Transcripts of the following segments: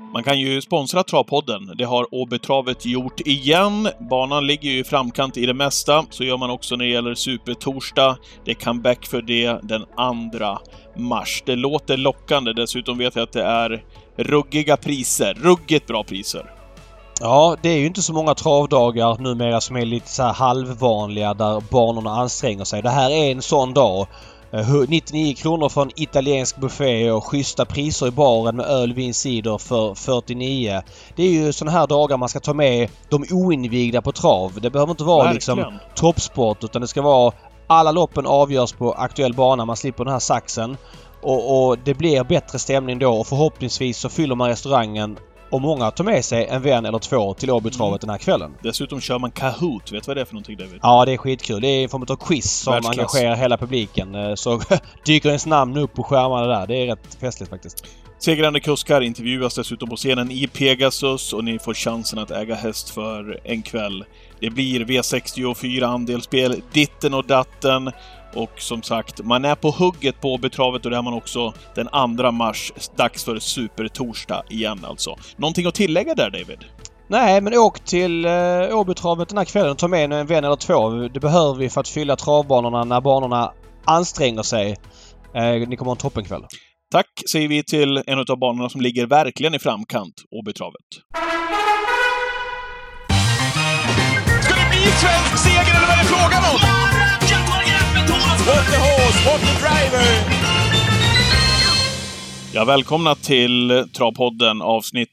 Man kan ju sponsra Travpodden. Det har Åbytravet gjort igen. Banan ligger ju i framkant i det mesta. Så gör man också när det gäller Supertorsdag. Det är comeback för det den 2 mars. Det låter lockande. Dessutom vet jag att det är ruggiga priser. Ruggigt bra priser. Ja, det är ju inte så många travdagar numera som är lite så här halvvanliga där banorna anstränger sig. Det här är en sån dag. 99 kronor för en italiensk buffé och schyssta priser i baren med öl, vin, cider för 49. Det är ju såna här dagar man ska ta med de oinvigda på trav. Det behöver inte vara liksom toppsport, utan det ska vara alla loppen avgörs på aktuell bana. Man slipper den här saxen och det blir bättre stämning då och förhoppningsvis så fyller man restaurangen. Och många tar med sig en vän eller två till Åbytravet den här kvällen. Dessutom kör man Kahoot. Vet du vad det är för någonting, David? Ja, det är skitkul. Det är en form av quiz som engagerar hela publiken. Så dyker ens namn upp på skärmarna där. Det är rätt festligt faktiskt. Segrande kuskar intervjuas dessutom på scenen i Pegasus och ni får chansen att äga häst för en kväll. Det blir V64 andelsspel, ditten och datten. Och som sagt, man är på hugget på Åbytravet och det är man också den 2 mars. Dags för Supertorsdag igen alltså. Någonting att tillägga där, David? Nej, men åk till Åbytravet den här kvällen och ta med en vän eller två. Det behöver vi för att fylla travbanorna när banorna anstränger sig. Ni kommer ha en toppenkväll. Tack säger vi till en av banorna som ligger verkligen i framkant, Åbytravet. Ska det bli svensk seger eller vad är det frågan om? What the horse, what the driver! Ja, välkomna till Travpodden avsnitt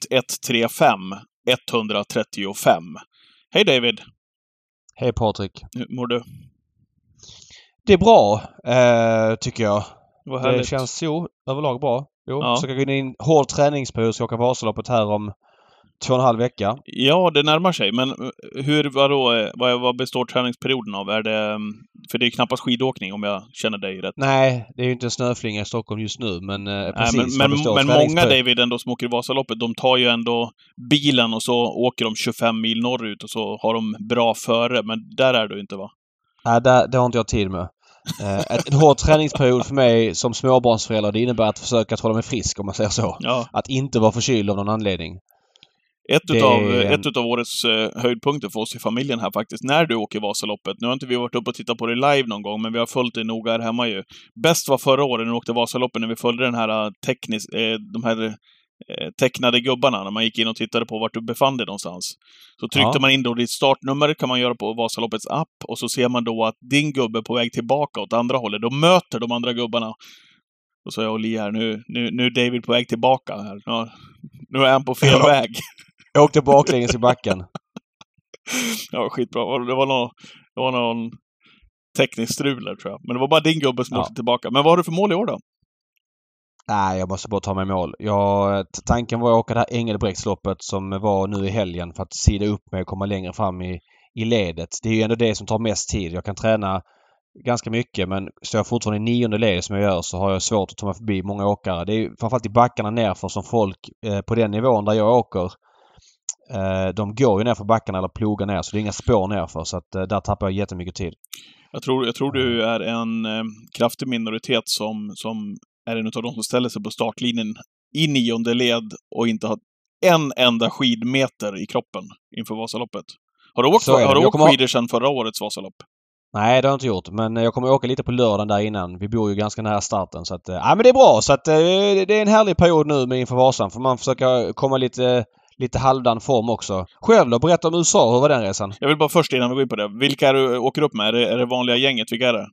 135. Hej David! Hej Patrik! Hur mår du? Det är bra, tycker jag. Det känns överlag bra. Ja. Så jag går in i en hård träningsperiod så jag åker Vasaloppet här om 2,5 vecka. Ja, det närmar sig. Men vad består träningsperioden av? Är det, för det är knappast skidåkning om jag känner dig rätt. Nej, det är ju inte en snöflinga i Stockholm just nu, men precis. Men många, David, ändå som åker i Vasaloppet, de tar ju ändå bilen och så åker de 25 mil norrut och så har de bra före. Men där är du inte, va? Nej, det har inte jag tid med. En hård träningsperiod för mig som småbarnsförälder, det innebär att försöka hålla mig frisk, om man säger så. Ja. Att inte vara förkyld av någon anledning. Ett utav årets höjdpunkter för oss i familjen här faktiskt, när du åker Vasaloppet. Nu har inte vi varit uppe och tittat på det live någon gång, men vi har följt det noga här hemma ju. Bäst var förra året när du åkte Vasaloppet, när vi följde den här tecknade gubbarna, när man gick in och tittade på vart du befann dig någonstans. Så tryckte man in då ditt startnummer, kan man göra på Vasaloppets app, och så ser man då att din gubbe är på väg tillbaka åt andra hållet. Då möter de andra gubbarna. Och så är jag här, nu är David på väg tillbaka här. Nu är han på fel väg. Jag åkte baklänges i backen. Ja, skitbra. Det var någon teknisk strul där, tror jag. Men det var bara din gubbe som åkte tillbaka. Men vad har du för mål i år då? Nej, jag måste bara ta mig mål. Tanken var att åka det här Engelbrektsloppet som var nu i helgen för att sida upp mig och komma längre fram i ledet. Det är ju ändå det som tar mest tid. Jag kan träna ganska mycket, men står jag fortfarande i 9:e led som jag gör, så har jag svårt att ta mig förbi många åkare. Det är ju framförallt i backarna nerför som folk på den nivån där jag åker, de går ju ner för backarna eller plogar ner, så det är inga spår nerför, så att där tappar jag jättemycket tid. Jag tror du är en kraftig minoritet som är en av de som ställer sig på startlinjen i 9:e led och inte har en enda skidmeter i kroppen inför Vasaloppet. Har du åkt skidor sedan förra årets Vasalopp? Nej, det har jag inte gjort. Men jag kommer åka lite på lördagen där innan. Vi bor ju ganska nära starten. Så att, men det är bra. Så att, det är en härlig period nu med inför Vasan. För man försöker komma lite halvdan form också. Själv då, berätta om USA. Hur var den resan? Jag vill bara först innan vi går in på det. Vilka du åker upp med? Är det vanliga gänget? Vilka är det?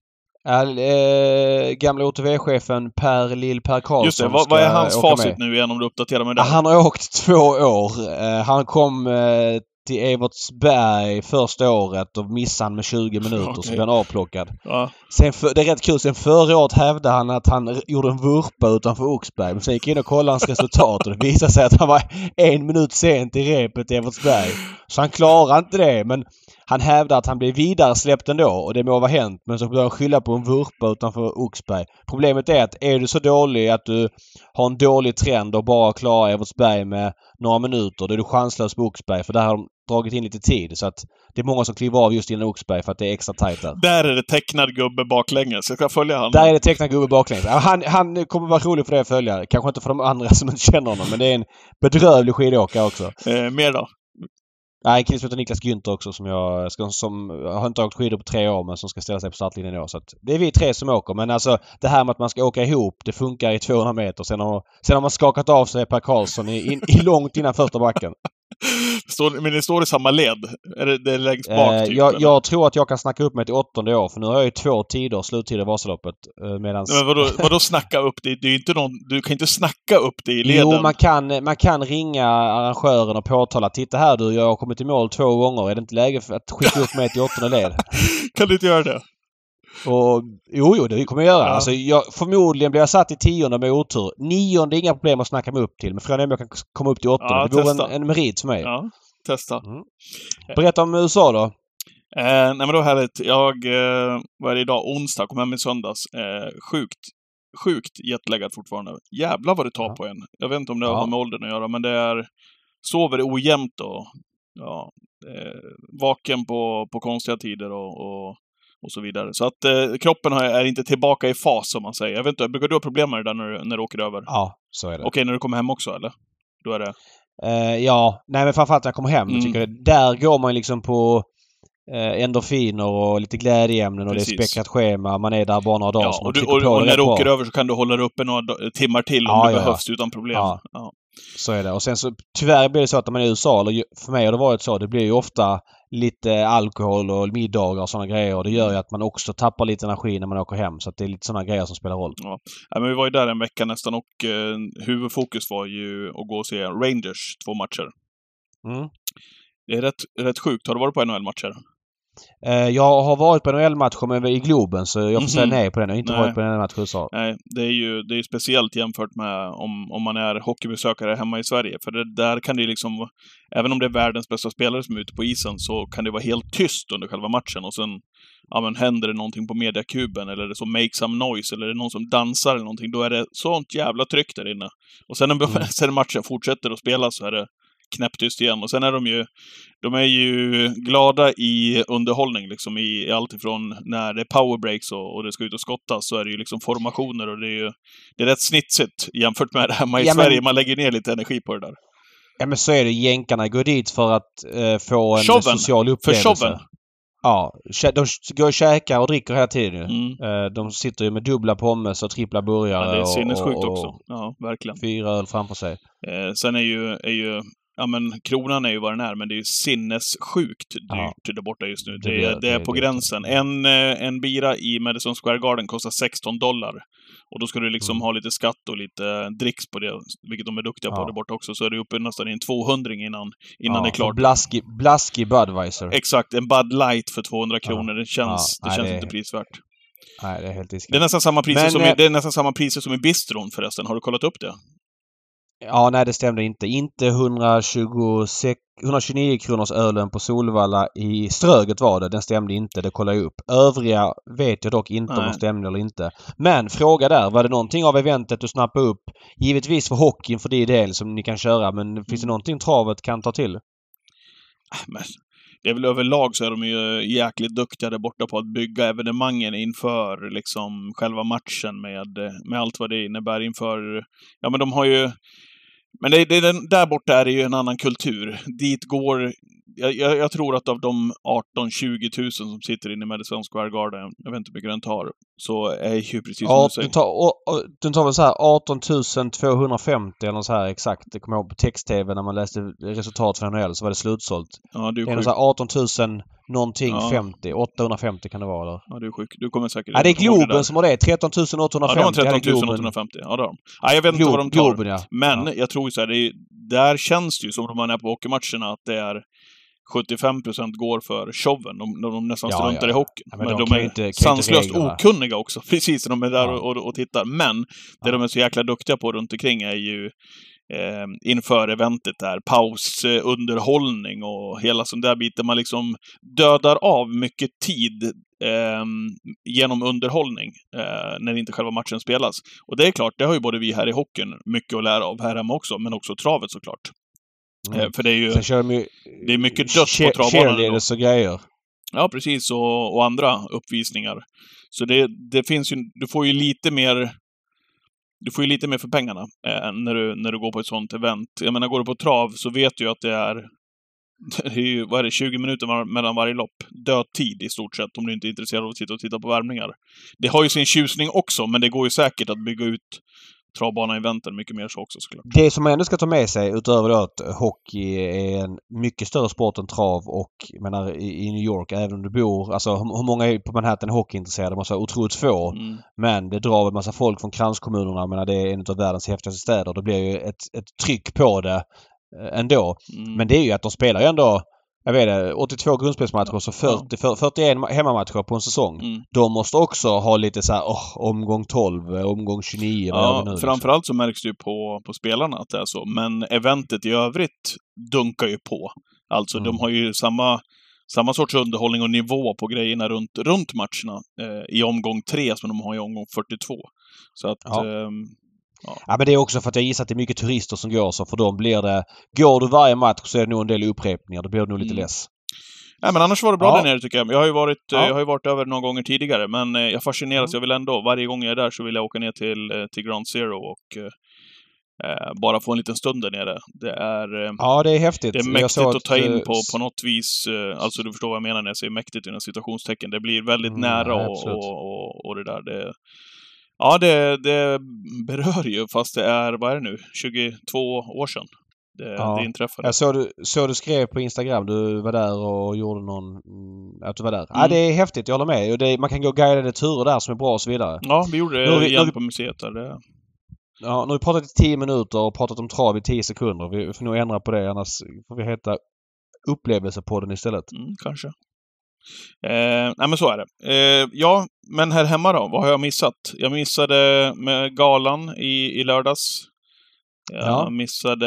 Gamla OTV-chefen Per Karlsson. Just det, vad är hans facit nu igen om du uppdaterar med det? Han har åkt 2 år. Han kom till Evertsberg första året och missade han med 20 minuter, så blev han avplockad. Ja. Det är rätt kul. Sen förra året hävdade han att han gjorde en vurpa utanför Oxberg. Men sen gick in och kollade hans resultat och det visade sig att han var 1 minut sent i repet i Evertsberg. Så han klarade inte det, men han hävdade att han blev vidare släppt ändå, och det må vara hänt, men så började han skylla på en vurpa utanför Oxberg. Problemet är att är du så dålig att du har en dålig trend och bara klarar Evertsberg med några minuter, då är du chanslös på Oxberg, för där har de dragit in lite tid. Så att det är många som kliver av just innan Oxberg för att det är extra tajt där. Där är det tecknad gubbe baklänges. Jag ska följa han. Där är det tecknad gubbe baklänges. Han kommer vara rolig för det att följa. Kanske inte för de andra som inte känner honom, men det är en bedrövlig skidåkare också. Mer då? Nej, en kille som heter Niklas Günther också som har inte åkt skidor på 3 år men som ska ställa sig på startlinjen i år. Så att det är vi 3 som åker. Men alltså det här med att man ska åka ihop, det funkar i 200 meter. Sen har man skakat av sig Per Karlsson i långt innan första backen. Men det står i samma led? Är det längst bak? Typ, jag tror att jag kan snacka upp mig till 8:e år. För nu har jag ju 2 sluttider i Vasaloppet. Men vadå snacka upp det? Det är inte du kan inte snacka upp det i leden. Jo, man kan ringa arrangören och påtala. Titta här du, jag har kommit i mål 2 gånger. Är det inte läge för att skicka upp mig till 8:e led? Kan du inte göra det? Och, jo, det kommer jag göra. Ja. Alltså, förmodligen blir jag satt i 10:e med otur. 9:e är inga problem att snacka mig upp till. Men frågan är om jag kan komma upp till 8:e. Ja, det vore en merit för mig. Ja, testa. Berätta om USA då. Nej men då härligt. Vad är det idag? Onsdag. Kom hem i söndags. Sjukt jetlaggad fortfarande. Jävlar vad det tar på en. Jag vet inte om det har med åldern att göra, men det är... Sover ojämnt och... Ja, vaken på konstiga tider och så vidare. Så att kroppen är inte tillbaka i fas, som man säger. Jag vet inte, brukar du ha problem med det där när du åker över? Ja, så är det. Okej, när du kommer hem också, eller? Då är det... ja, nej men framförallt när jag kommer hem. Tycker jag, där går man liksom på endorfiner och lite glädjeämnen och Precis. det är späckat schema. Man är där bara några dagar. Och när du åker över så kan du hålla dig uppe några timmar till om det behövs utan problem. Ja. Så är det. Och sen så tyvärr blir det så att när man är i USA, eller för mig har det varit så, det blir ju ofta lite alkohol och middagar och sådana grejer. Och det gör ju att man också tappar lite energi när man åker hem. Så att det är lite sådana grejer som spelar roll. Ja. Men vi var ju där en vecka nästan och huvudfokus var ju att gå och se Rangers 2 matcher. Det är rätt sjukt. Har du varit på NHL-matcher? Jag har varit på NHL-matcher men i Globen, så jag får säga nej på den. Jag har inte varit på en NHL-match i USA. Nej, det är ju speciellt jämfört med om man är hockeybesökare hemma i Sverige. För där kan det liksom, även om det är världens bästa spelare som är ute på isen, så kan det vara helt tyst under själva matchen. Och sen händer det någonting på mediakuben, eller det så make some noise, eller det är någon som dansar eller någonting. Då är det sånt jävla tryck där inne. Och sen när matchen fortsätter att spela så är det knäpptyst igen. Och sen är de är ju glada i underhållning liksom, i allt ifrån när det är powerbreaks och det ska ut och skottas, så är det ju liksom formationer, och det är rätt snitsigt jämfört med det hemma i Sverige. Man lägger ner lite energi på det där. Ja, men så är det. Jänkarna går dit för att få en social upplevelse. För showen. Ja, de går och käkar och dricker hela tiden ju. De sitter ju med dubbla pommes och trippla burgare. Ja, det är sinnessjukt också. Ja, verkligen. 4 öl framför sig. Sen är ju ja, men kronan är ju vad den är, men det är ju sinnessjukt dyrt där borta just nu. Det är på gränsen. En bira i Madison Square Garden kostar $16. Och då ska du liksom ha lite skatt och lite dricks på det, vilket de är duktiga på där borta också. Så är det uppe nästan i en 200 innan det är klart. Blaskig Budweiser. Exakt, en Bud Light för 200 kronor. Det känns inte prisvärt. Nej, det är helt diskret. Det är nästan samma priser som i bistron förresten. Har du kollat upp det? Ja, nej det stämde inte. Inte 129 kronors ölen på Solvalla i Ströget var det. Den stämde inte. Det kollade jag upp. Övriga vet jag dock inte om de stämde eller inte. Men fråga där. Var det någonting av eventet du snappade upp? Givetvis för hockeyn för det del som ni kan köra. Men finns det någonting travet kan ta till? Men det är väl överlag så är de ju jäkligt duktiga där borta på att bygga evenemangen inför liksom själva matchen med allt vad det innebär inför... Ja, men de har ju... Men där borta är det ju en annan kultur. Dit går... Jag tror att av de 18-20 000 som sitter inne i Madison Square Garden, jag vet inte hur mycket den tar, så är ju precis som du säger. Den tar väl så här 18 250 eller så här exakt. Det kommer jag ihåg på text-tv när man läste resultat för NHL, så var det slutsålt. Ja, det är så här 18 000 någonting 50. 850 kan det vara eller? Ja, du är sjuk. Du kommer säkert... Ja, det är Globen som har det. 13 850. Ja, de har 13 850. Ja, det har de. Ja, jag vet inte vad de tar. Globen, ja. Men jag tror så här, där känns det ju som om man är på hockeymatcherna att det är 75% går för showen. De nästan struntar i hockeyn. Ja, men de är inte sanslöst okunniga också. Precis, när de är där och tittar. Men det de är så jäkla duktiga på runt omkring är ju inför eventet där, pausunderhållning och hela sån där biten. Man liksom dödar av mycket tid genom underhållning när inte själva matchen spelas. Och det är klart, det har ju både vi här i hockeyn mycket att lära av här hemma också, men också travet såklart. För det är ju... Sen kör de ju det är mycket dött på travbanan. Och grejer. Ja, precis. Och andra uppvisningar. Så det finns ju... Du får ju lite mer för pengarna när du går på ett sånt event. Jag menar, går du på trav så vet du ju att det är ju, vad är det, 20 minuter mellan varje lopp. Dödtid i stort sett, om du inte är intresserad av att sitta och titta på värmningar. Det har ju sin tjusning också, men det går ju säkert att bygga ut travbana-eventen mycket mer så också, såklart. Det som man ändå ska ta med sig, utöver då att hockey är en mycket större sport än trav, och jag menar, i New York, även om du bor... Alltså hur många är på Manhattan hockeyintresserade? Det måste vara otroligt få. Men det drar en massa folk från kranskommunerna. Jag menar, det är en av världens häftigaste städer. Det blir ju ett tryck på det ändå. Men det är ju att de spelar ju ändå... Jag vet det, 82 grundspelsmatcher, så 41 hemmamatcher på en säsong. De måste också ha lite så här, omgång 12, omgång 29. Ja, framförallt så märks det ju på spelarna att det är så. Men eventet i övrigt dunkar ju på. Alltså de har ju samma sorts underhållning och nivå på grejerna runt matcherna i omgång 3 som de har i omgång 42. Så att... Ja, men det är också för att jag gissar att det är mycket turister som går, så för dem blir det... Går du varje match så är det nog en del upprepningar. Då blir det nog lite less. Nej, men annars var det bra där nere, tycker jag. Jag har ju varit över några gånger tidigare, men jag fascineras. Jag vill ändå, varje gång jag är där så vill jag åka ner till Ground Zero och bara få en liten stund där nere. Det är... det är häftigt. Det är mäktigt att ta in på något vis. Alltså, du förstår vad jag menar när jag säger mäktigt i den situationstecken. Det blir väldigt nära och det där. Ja, det berör ju, fast det är, vad är det nu? 22 år sedan det inträffade. Jag såg du skrev på Instagram, du var där och gjorde att du var där. Ja, det är häftigt, jag håller med. Och man kan gå guidade turer där som är bra och så vidare. Ja, vi gjorde det igen på museet där. Ja, nu har vi pratat i 10 minuter och pratat om trav i 10 sekunder. Vi får nog ändra på det, annars får vi heta Upplevelsepodden istället. Kanske. Nej, men så är det. Ja, men här hemma då, vad har jag missat? Jag missade med galan i lördags. Jag missade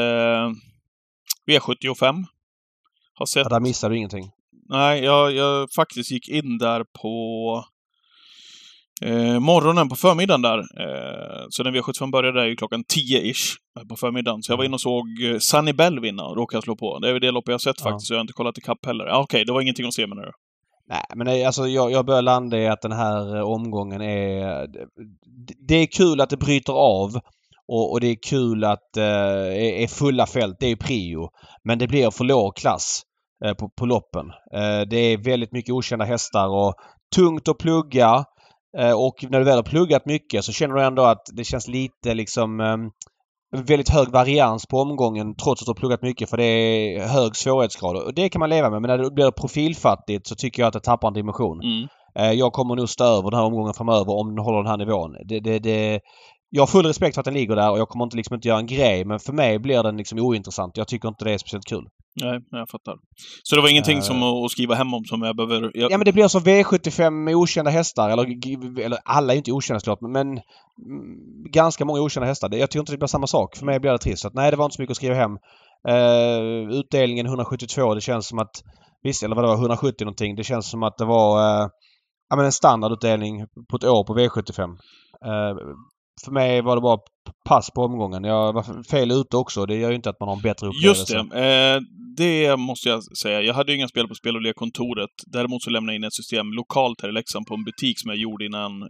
V75. Har sett... Ja, där missade du ingenting. Nej, jag faktiskt gick in där på morgonen på förmiddagen där. Så när V75 började där ju klockan 10-ish på förmiddagen. Så jag var inne och såg Sunny Bell vinna och råkade slå på. Det är det loppet jag har sett faktiskt, så jag har inte kollat i kapp heller. Okej, det var ingenting att se med nu. Nej, men alltså jag börjar landa i att den här omgången är... Det är kul att det bryter av och det är kul att är fulla fält. Det är prio. Men det blir för låg klass på loppen. Det är väldigt mycket okända hästar och tungt att plugga. Och när du väl har pluggat mycket så känner du ändå att det känns lite liksom... väldigt hög varians på omgången trots att du har pluggat mycket, för det är hög svårighetsgrad. Och det kan man leva med, men när det blir profilfattigt så tycker jag att det tappar en dimension. Jag kommer nog stå över den här omgången framöver om den håller den här nivån. Jag har full respekt för att den ligger där och jag kommer inte göra en grej, men för mig blir den liksom ointressant. Jag tycker inte det är speciellt kul. Nej, jag fattar. Så det var ingenting som att skriva hem om som jag behöver... Ja, men det blir som V75 med okända hästar. Eller alla är inte okända såklart, men ganska många okända hästar. Jag tycker inte det blir samma sak. För mig blir det trist. Så att, nej, det var inte så mycket att skriva hem. Utdelningen 172, det känns som att... Visst, eller vad det var, 170 någonting. Det känns som att det var en standardutdelning på ett år på V75. För mig var det bara pass på omgången. Jag var fel ute också. Det gör ju inte att man har en bättre upplevelse. Just det. Det måste jag säga. Jag hade ju inga spel på Spel och Lek-kontoret. Däremot så lämnade jag in ett system lokalt här i Leksand på en butik som jag gjorde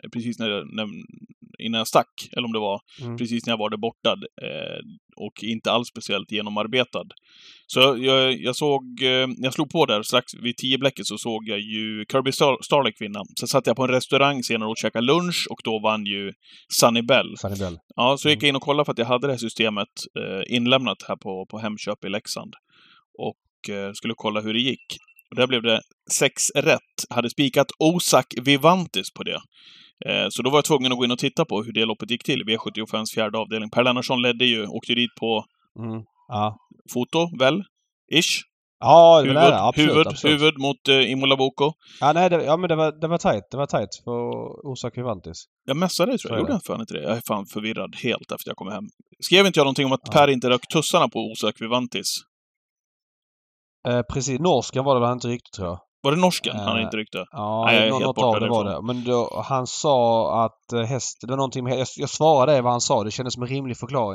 innan jag stack. Eller om det var precis när jag var där borta. Och inte alls speciellt genomarbetad. Så jag slog på där strax vid 10-bläcket, så såg jag ju Kirby Starlek vinna. Så satt jag på en restaurang senare och käkade lunch och då vann ju Sunny Bell. Ja, så gick jag in och kollade för att jag hade det här systemet inlämnat här på Hemköp i Leksand. Och skulle kolla hur det gick. Och där blev det 6 rätt. Hade spikat Osak Vivantis på det. Så då var jag tvungen att gå in och titta på hur det loppet gick till. V75s fjärde avdelning. Per Lennarsson ledde ju, åkte dit på foto, väl? Ish. Ja, det var det. Absolut. Huvud mot Imola Boko. Ja, nej, men det var tajt. Det var tajt för Osak Vivantis. Jag mässade det, tror jag. Gjorde jag fan inte det? Jag är fan förvirrad helt efter jag kom hem. Skrev inte jag någonting om att Per inte rök tussarna på Osak Vivantis? Precis. Norskan var det väl inte riktigt, tror jag. Var det norskan han inte ryckte? Ja, nej, något av det var det. Men han sa att det var någonting med... Jag svarade vad han sa. Det kändes som en rimlig förklaring.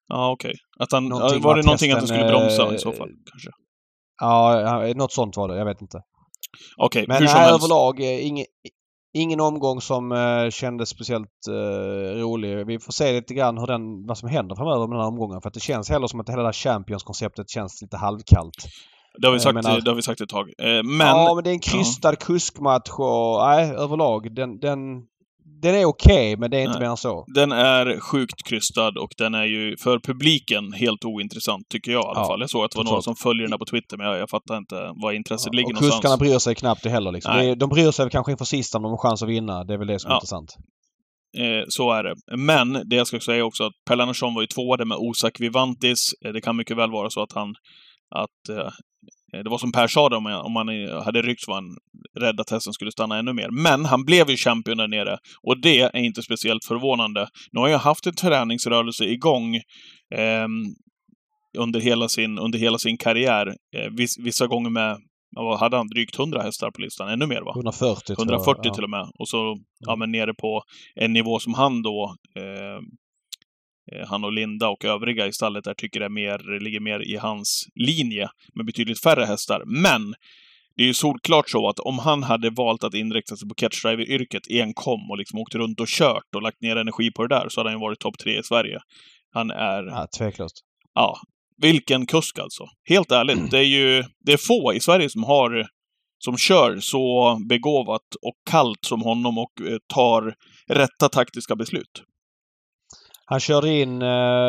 Ja, okej. Att han... Någonting var det med någonting att han testen, skulle bromsa i så fall, kanske? Ja, något sånt var det. Jag vet inte. Okej, Men hur som helst. överlag ingen omgång som kändes speciellt rolig. Vi får se lite grann vad som händer framöver med den här omgången. För att det känns heller som att hela det här Champions-konceptet känns lite halvkallt. Det har vi sagt ett tag. Men... Ja, men det är en krystad kuskmatch och överlag. Den är okej, men det är inte mer än så. Den är sjukt krystad och den är ju för publiken helt ointressant, tycker jag i alla fall. Jag såg att det var några som följer den här på Twitter, men jag fattar inte var intresset ligger någonstans. Och kuskarna bryr sig knappt det heller. Liksom. De bryr sig kanske inför sista om de har chans att vinna. Det är väl det som är intressant. Så är det. Men det jag ska säga också att Pelle Andersson var ju tvåade med Osak Vivantis. Det kan mycket väl vara så att det var som Per sa det, om man hade ryckt så var han rädd att hästen skulle stanna ännu mer. Men han blev ju champion där nere. Och det är inte speciellt förvånande. Nu har jag haft en träningsrörelse igång under hela sin karriär. Vissa gånger med, hade han drygt 100 hästar på listan. Ännu mer, va? 140 till och med. Och så men nere på en nivå som han då... han och Linda och övriga i stallet där tycker ligger mer i hans linje med betydligt färre hästar. Men det är ju solklart så att om han hade valt att inrikta sig på catchdriver-yrket enkom och liksom åkt runt och kört och lagt ner energi på det där, så hade han ju varit topp 3 i Sverige. Han är... Ja, tveklöst. Ja, vilken kusk alltså. Helt ärligt, det är få i Sverige som kör så begåvat och kallt som honom och tar rätta taktiska beslut. Han körde in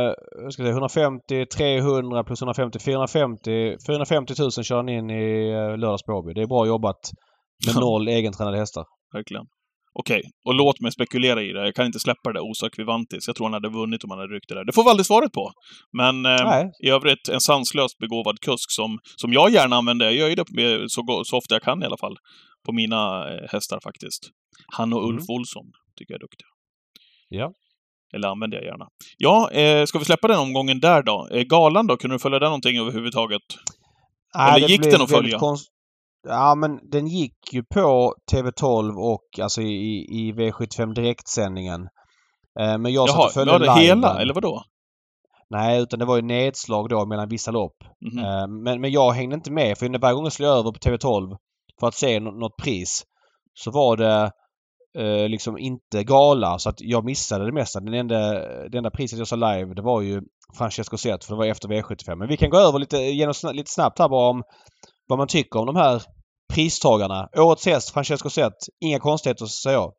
150, 300 plus 150, 450 000 körde han in i lördags på Åby. Det är bra jobbat med 0 egentränade hästar. Verkligen. Okej, och låt mig spekulera i det. Jag kan inte släppa det Osak Vivantis. Jag tror han hade vunnit om han hade ryckt det där. Det får vi aldrig svaret på. Men i övrigt en sanslöst begåvad kusk som jag gärna använder. Jag gör ju det så ofta jag kan i alla fall. På mina hästar faktiskt. Han och Ulf Olsson tycker jag är duktiga. Ja. Eller använder jag gärna. Ja, ska vi släppa den omgången där då? Galan då? Kunde du följa den någonting överhuvudtaget? Eller gick den att följa? Ja, men den gick ju på TV12 och alltså i V75 direktsändningen. Men jag satt och följde live. Hela, eller vadå? Nej, utan det var ju nedslag då mellan vissa lopp. Men jag hängde inte med, för varje gång jag slog över på TV12 för att se något pris så var det liksom inte gala, så att jag missade det mesta. Det enda priset jag såg live, det var ju Francesco Zet, för det var efter V75. Men vi kan gå över lite snabbt här bara om vad man tycker om de här pristagarna. Årets häst, Francesco Zet. Inga konstigheter, säger jag.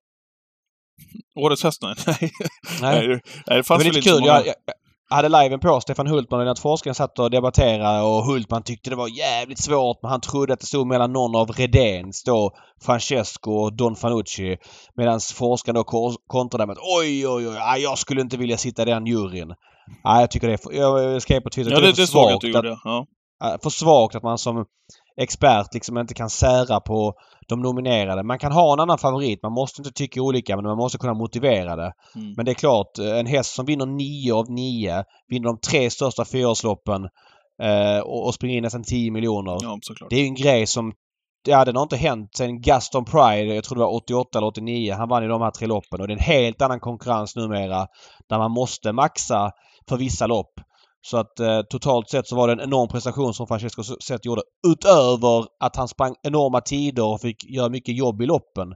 Årets häst? Nej. Det fanns lite kul. Jag hade liven på Stefan Hultman och Lennart Forsgren satt och debatterade, och Hultman tyckte det var jävligt svårt, men han trodde att det stod mellan någon av Redéns då, Francesco och Don Fanucci, medan Forsgren då kontrade med att oj, jag skulle inte vilja sitta i den juryn. Jag tycker det jag skrev på Twitter. Ja, det såg att du gjorde. Ja. För svagt att man som expert liksom inte kan sära på de nominerade. Man kan ha en annan favorit. Man måste inte tycka olika, men man måste kunna motivera det. Men det är klart, en häst som vinner 9 av 9, vinner de 3 största fyraårsloppen och springer in nästan 10 miljoner. Ja, såklart. Det är ju en grej som den har inte hänt sen Gaston Pride, jag tror det var 88 eller 89. Han vann ju de här 3 loppen, och det är en helt annan konkurrens numera där man måste maxa för vissa lopp. Så att totalt sett så var det en enorm prestation som Francesco Zet gjorde, utöver att han sprang enorma tider och fick göra mycket jobb i loppen.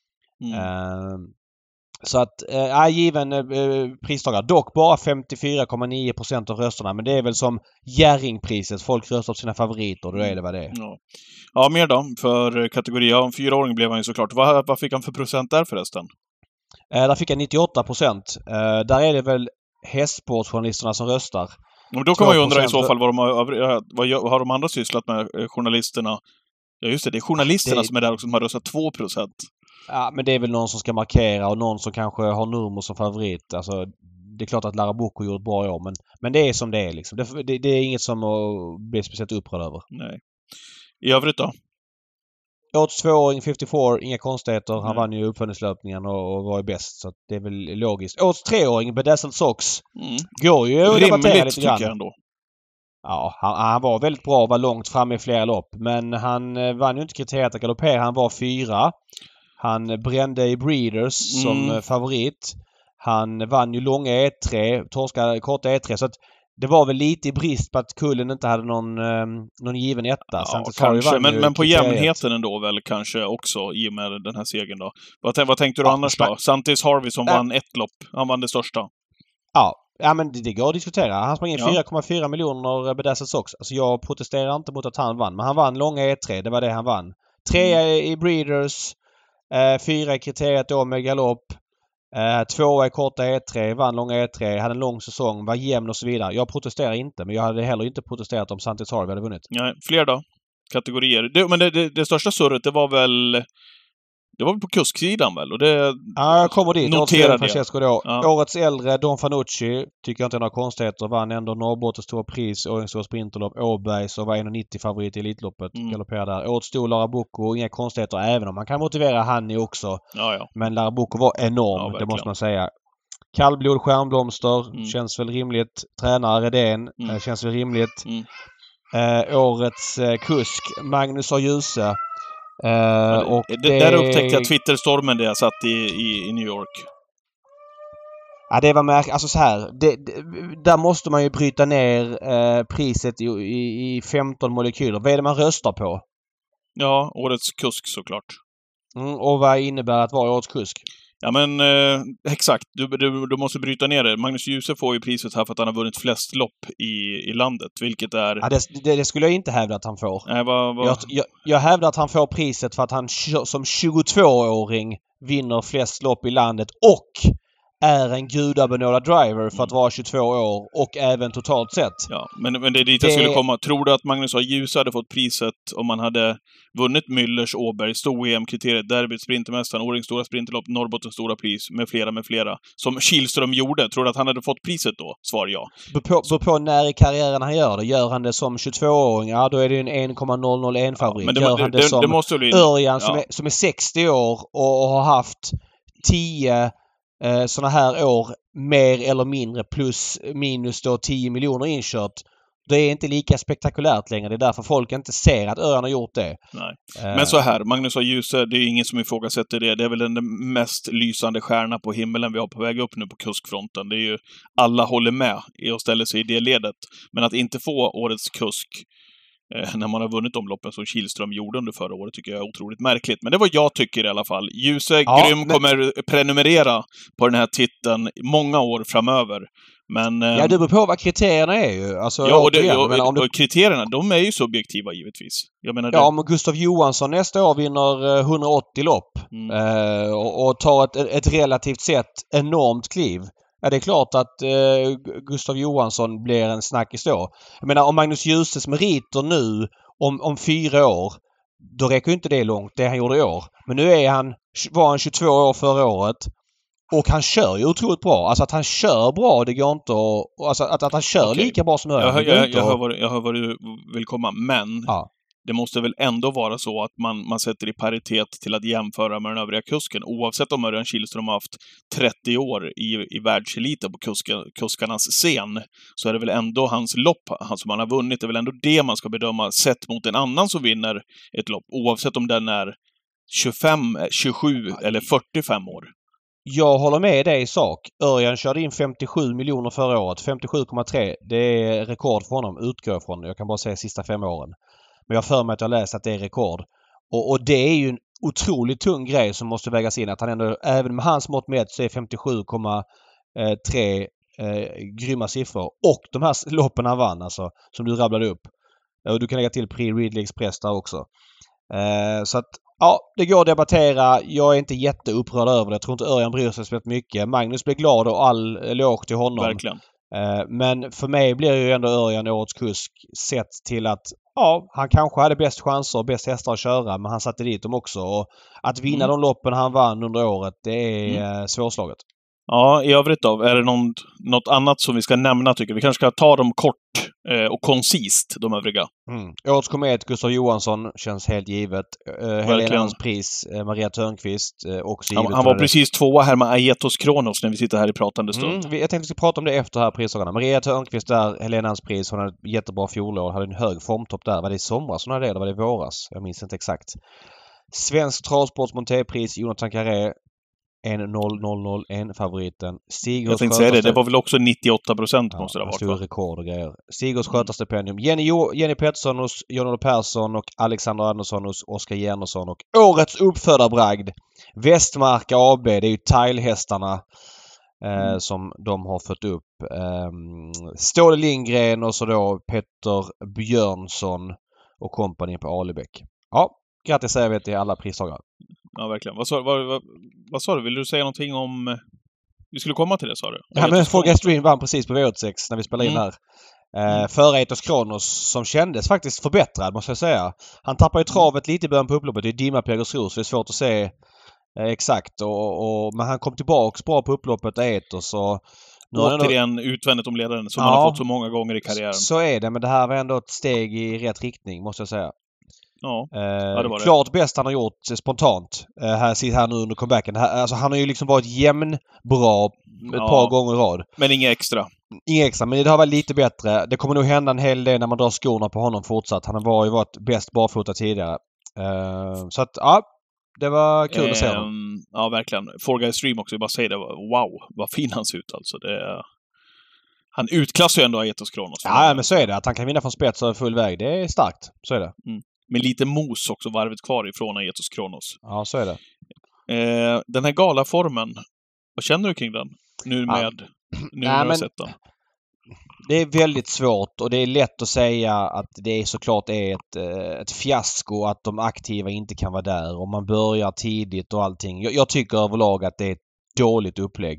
Så att given pristagare. Dock bara 54,9% av rösterna, men det är väl som Jerringpriset. Folk röstar på sina favoriter, då är det vad det är. Ja, mer då för kategori. Ja, en 4-åring blev han ju såklart. Vad fick han för procent där förresten? Där fick han 98%. Där är det väl hästsportjournalisterna som röstar. Men då kan man ju undra i så fall vad har de andra sysslat med, journalisterna? Ja, just det är journalisterna som är där också, som har röstat 2%. Ja, men det är väl någon som ska markera och någon som kanske har Nurmo som favorit. Alltså, det är klart att Larabuco gjort bra i år, men det är som det är liksom. Det är inget som att bli speciellt upprörd över. Nej. I övrigt då? Årets 2-åring 54, inga konstigheter. Han vann ju uppföljningslöpningen och var ju bäst, så det är väl logiskt. Årets 3-åring Bedazzled Sox går ju att debattera lite grann. Jag ändå. Ja, han var väldigt bra, var långt fram i flera lopp, men han vann ju inte kriteriet att galoppera. Han var 4. Han brände i Breeders som favorit. Han vann ju långa E3, torskade korta E3, så att Det var väl lite i brist på att Kullen inte hade någon given etta. Ja, kanske. Men på jämnheten ändå väl kanske också i och med den här segern då. Vad tänkte du annars då? Santis Harvey som vann ett lopp. Han vann det största. Ja, men det går att diskutera. Han sprang in 4,4 miljoner Bedazzled Sox. Alltså jag protesterar inte mot att han vann. Men han vann långa E3. Det var det han vann. 3 i Breeders. 4 i kriteriet då med galopp. 2 i korta E3. Vann långa E3. Hade en lång säsong. Var jämn och så vidare. Jag protesterar inte. Men jag hade heller inte protesterat om Santis Harvey hade vunnit. Nej, fler då? Kategorier. Men det största surret, det var väl på kusksidan väl? Och det jag kommer dit. Noterade Francesco då. Ja. Årets äldre Don Fanucci tycker jag inte är några konstigheter. Vann ändå Norrbottens stora pris. Årets stora sprinterlopp. Åbergs och var 1,90 favorit i Elitloppet. Galopperade där. Årets stor Lara Bocco. Inga konstigheter även om man kan motivera Hanni också. Ja. Men Lara Bocco var enorm. Det måste man säga. Kallblod, Stjärnblomster. Känns väl rimligt. Tränare Redén. Känns väl rimligt. Årets kusk Magnus A. Djuse. Där upptäckte jag Twitterstormen där jag satt i New York. Ja, det var märkligt. Alltså så här. Där måste man ju bryta ner priset i 15 molekyler. Vad är det man röstar på? Ja, årets kusk såklart. Och vad innebär att vara årets kusk? Ja men exakt. Du måste bryta ner det. Magnus Djuse får ju priset här för att han har vunnit flest lopp i landet. Vilket är... Ja, det skulle jag inte hävda att han får. Nej, jag hävdar att han får priset för att han som 22-åring vinner flest lopp i landet och är en gudabenådad driver för att vara 22 år och även totalt sett. Ja, men det är dit jag skulle komma. Tror du att Magnus A. Djuse hade fått priset om man hade vunnit Müllers, Åberg, Sto-EM-kriteriet, Derbyt, Sprintermästaren, Årings stora sprinterlopp, Norrbottens stora pris, med flera. Som Kihlström gjorde. Tror du att han hade fått priset då? Svar ja. Beror på när i karriären han gör det. Gör han det som 22-åring, ja då är det ju en 1,001 favorit. Men gör han det som Örjan som är 60 år och har haft 10 såna här år mer eller mindre plus minus då 10 miljoner inkört. Det är inte lika spektakulärt längre. Det är därför folk inte ser att Örjan har gjort det. Nej. Men så här, Magnus A. Djuse, det är ingen som ifrågasätter det. Det är väl den mest lysande stjärna på himmelen vi har på väg upp nu på kuskfronten. Det är ju, alla håller med och ställer sig i det ledet. Men att inte få årets kusk när man har vunnit de loppen som Kihlström gjorde under förra året tycker jag är otroligt märkligt. Men det var jag tycker i alla fall. Djuse kommer prenumerera på den här titeln många år framöver. Men, ja, det beror på vad kriterierna är ju. Alltså, och kriterierna, de är ju subjektiva givetvis. Jag menar det. Ja, om Gustav Johansson nästa år vinner 180 lopp och tar ett relativt sett enormt kliv. Ja, det är klart att Gustav Johansson blir en snackis då. Jag menar, om Magnus Djuses meriter nu om 4 år, då räcker inte det långt, det han gjorde i år. Men nu var han 22 år förra året och han kör ju otroligt bra. Alltså att han kör bra, det går inte alltså att han kör lika bra som Örjan. Jag hör vad du vill komma, men det måste väl ändå vara så att man sätter i paritet till att jämföra med den övriga kusken. Oavsett om Örjan Kihlström har haft 30 år i världseliten på kuskarnas scen, så är det väl ändå hans lopp som han har vunnit. Det är väl ändå det man ska bedöma sett mot en annan som vinner ett lopp. Oavsett om den är 25, 27 eller 45 år. Jag håller med dig i sak. Örjan körde in 57 miljoner förra året. 57,3. Det är rekord för honom, utgår från. Jag kan bara säga sista 5 åren. Men jag har för mig att jag läst att det är rekord. Och det är ju en otroligt tung grej som måste vägas in. Att han ändå, även med hans mått mätt, så är 57,3 grymma siffror. Och de här loppen han vann, alltså, som du rabblade upp. Och du kan lägga till Ridley Express där också. Så att, ja, det går att debattera. Jag är inte jätteupprörd över det. Jag tror inte Örjan bryr sig så mycket. Magnus blir glad och all eloge till honom. Verkligen. Men för mig blir ju ändå Örjan årets kusk sett till att han kanske hade bäst chanser och bäst hästar att köra, men han satte dit dem också. Och att vinna de loppen han vann under året, det är svårslaget. Ja, i övrigt då? Är det något annat som vi ska nämna tycker vi? Kanske ska ta dem kort och koncist, de övriga. Årets komet, Gustav Johansson, känns helt givet. Helenans pris, Maria Törnqvist, också givet. Han var precis 2 här med Aetos Kronos när vi sitter här i pratande stund. Jag tänkte vi ska prata om det efter här prisdagarna. Maria Törnqvist där, Helenans pris, hon hade ett jättebra fjolår, hade en hög formtopp där. Var det i somras hon hade det, eller var det i våras? Jag minns inte exakt. Svensk travsports montépris, Jonathan Carré. 1-0-0-0-1 favoriten. Stigås jag tänkte säga det. Det var väl också 98% måste det ha varit, va? Rekord och grejer. Stigås skötarstipendium. Jenny Pettersson hos Jan-Olof Persson och Alexander Andersson hos Oskar Jennersson. Och årets uppfödarbragd Västmarka AB. Det är ju Tile-hästarna som de har fått upp. Ståle Lindgren och så då Petter Björnsson och kompani på Alebäck. Ja, grattis säger vi till alla pristagare. Ja, verkligen. Vad sa du? Vill du säga någonting om... Vi skulle komma till det, sa du? Ja, men Folga Stream vann precis på V86 när vi spelade in här. Före Etos Kronos som kändes faktiskt förbättrad, måste jag säga. Han tappade ju travet lite i början på upploppet. Det är dimma på Jägersro, så det är svårt att se exakt. Men han kom tillbaks bra på upploppet, Etos. Återigen utvändigt om ledaren som han har fått så många gånger i karriären. Så är det, men det här var ändå ett steg i rätt riktning, måste jag säga. Ja, det var det. Klart bäst han har gjort spontant här nu under comebacken. Han har ju liksom varit jämnbra ett par gånger i rad. Men inget extra. Inget extra, men det har varit lite bättre. Det kommer nog hända en hel del när man drar skorna på honom fortsatt. Han har ju varit bäst barfota tidigare. Så att, ja. Det var kul att se honom. Ja, verkligen. Folga Stream också, jag bara säger det. Wow, vad fin han ser ut alltså. Han utklassar ju ändå Aetos Kronos. Ja, men så är det. Att han kan vinna från spets och full väg, det är starkt. Så är det. Med lite mos också varvet kvar ifrån Aetos Kronos. Ja, så är det. Den här galaformen, vad känner du kring den? Nu när du har sett den. Det är väldigt svårt och det är lätt att säga att det såklart är ett fiasko att de aktiva inte kan vara där och man börjar tidigt och allting. Jag tycker överlag att det är ett dåligt upplägg.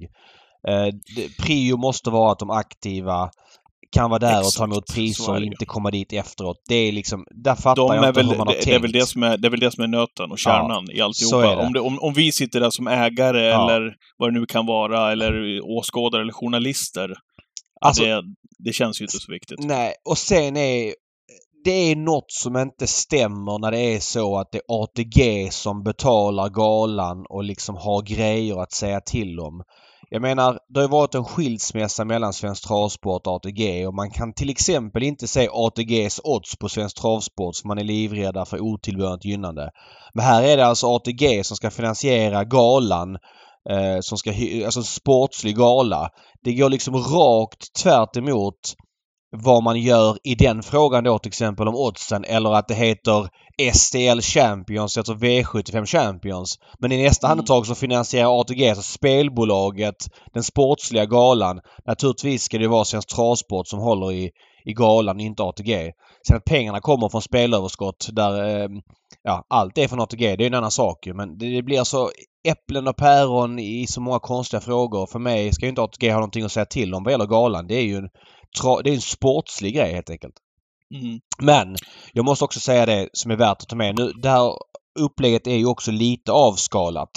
Prio måste vara att de aktiva kan vara där och ta emot priser och inte komma dit efteråt. Det är liksom, där fattar jag inte hur man har tänkt. Det är väl det som är nöten och kärnan i alltihopa. Om vi sitter där som ägare eller vad det nu kan vara, eller åskådare eller journalister, alltså, det känns ju inte så viktigt. Nej, och sen det är något som inte stämmer när det är så att det är ATG som betalar galan och liksom har grejer att säga till om. Jag menar, det har varit en skilsmässa mellan Svensk Travsport och ATG och man kan till exempel inte se ATGs odds på Svensk Travsport för man är livrädda för otillbörligt gynnande. Men här är det alltså ATG som ska finansiera galan, alltså sportslig gala. Det går liksom rakt tvärt emot vad man gör i den frågan då, till exempel om oddsen, eller att det heter STL Champions, alltså V75 Champions. Men i nästa andetag så finansierar ATG, alltså spelbolaget, den sportsliga galan. Naturligtvis ska det vara Svensk Travsport som håller i galan, inte ATG. Sen att pengarna kommer från spelöverskott där allt är från ATG, det är en annan sak. Men det blir så äpplen och päron i så många konstiga frågor. För mig ska ju inte ATG ha någonting att säga till om vad gäller galan. Det är en sportslig grej helt enkelt. Men jag måste också säga det som är värt att ta med. Nu, det här upplägget är ju också lite avskalat.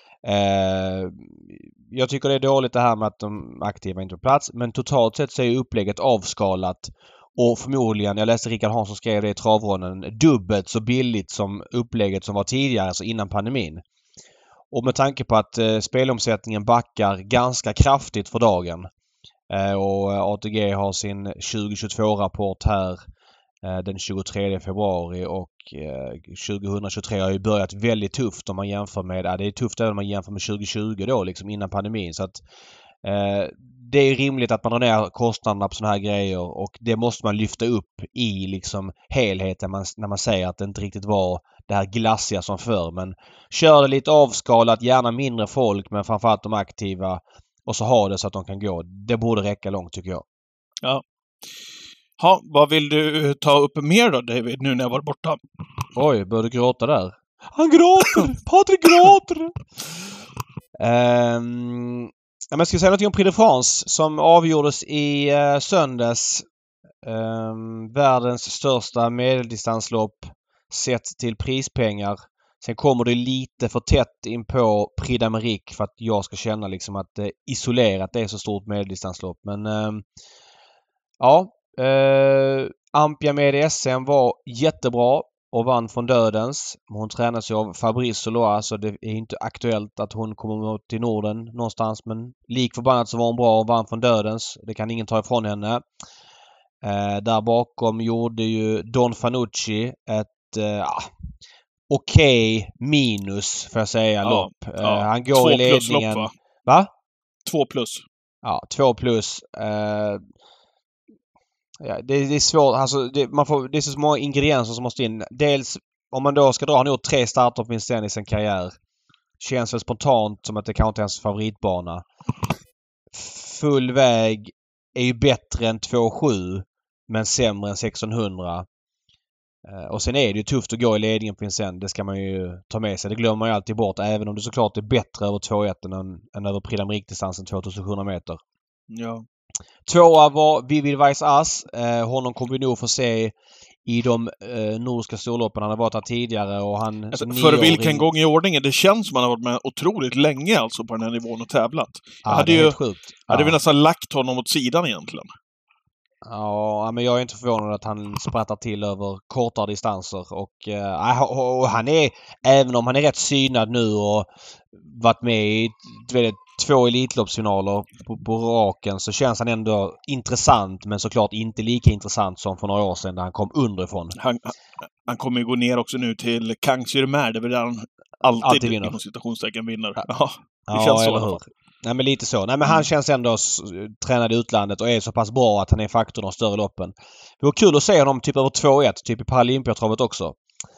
Jag tycker det är dåligt det här med att de aktiva inte är på plats. Men totalt sett så är upplägget avskalat. Och förmodligen, jag läste Rickard Hansson skrev det i travronden, dubbelt så billigt som upplägget som var tidigare, alltså innan pandemin. Och med tanke på att spelomsättningen backar ganska kraftigt för dagen. Och ATG har sin 2022-rapport här den 23 februari och 2023 har ju börjat väldigt tufft om man jämför med, det är tufft även om man jämför med 2020 då, liksom innan pandemin. Så att det är rimligt att man drar ner kostnaderna på såna här grejer och det måste man lyfta upp i liksom helheten när man säger att det inte riktigt var det här glassiga som förr. Men kör det lite avskalat, gärna mindre folk men framförallt de aktiva och så har det så att de kan gå. Det borde räcka långt tycker jag. Ja. Ha, vad vill du ta upp mer då David nu när jag var borta? Oj, började du gråta där? Han gråter! Patrik gråter! Jag ska säga något om Prix de France som avgjordes i söndags. Världens största medeldistanslopp sett till prispengar. Sen kommer det lite för tätt in på Prix d'Amérique för att jag ska känna liksom att isolerat det är så stort medeldistanslopp. Men Ampia med SM var jättebra och vann från dödens. Hon tränas ju av Fabrice Soloa så det är inte aktuellt att hon kommer till Norden någonstans. Men lik förbannat så var hon bra och vann från dödens. Det kan ingen ta ifrån henne. Där bakom gjorde ju Don Fanucci ett okej minus får jag säga lopp. Han går i ledningen. Lopp, va? 2+. Ja, 2+. Ja, det är svårt. Alltså, det är så många ingredienser som måste in. Dels om man då ska dra, han har gjort 3 starter på Vincennes i sin karriär. Känns väl spontant som att det kanske inte är hans favoritbana. Full väg är ju bättre än 2,7 men sämre än 1600. Och sen är det ju tufft att gå i ledningen på Vincennes. Det ska man ju ta med sig. Det glömmer man ju alltid bort. Även om det såklart är bättre över 2,1 än över Prix d'Amérique-distansen 2700 meter. Ja. 2:a var Vivid Weiss Ass. Honom kommer vi nog få se i de nordiska storloppen. Han har varit här tidigare och han... Alltså, för vilken gång i ordningen? Det känns som han har varit med otroligt länge alltså på den här nivån och tävlat. Ja, det är helt sjukt. Hade vi nästan lagt honom åt sidan egentligen. Ja, men jag är inte förvånad att han sprattar till över kortare distanser och han är, även om han är rätt synad nu och varit med i 2 elitloppsfinaler på raken, så känns han ändå intressant, men såklart inte lika intressant som för några år sedan när han kom underifrån. Han kommer ju gå ner också nu till Cagnes-sur-Mer, det är väl där han alltid vinner. Inom citationstecken vinner. Ja, det känns så. Eller hur? Nej, men lite så. Nej, men han känns ändå tränad i utlandet och är så pass bra att han är faktorn av större loppen. Det var kul att se honom typ över 2,1, typ i Paralympiatravet också.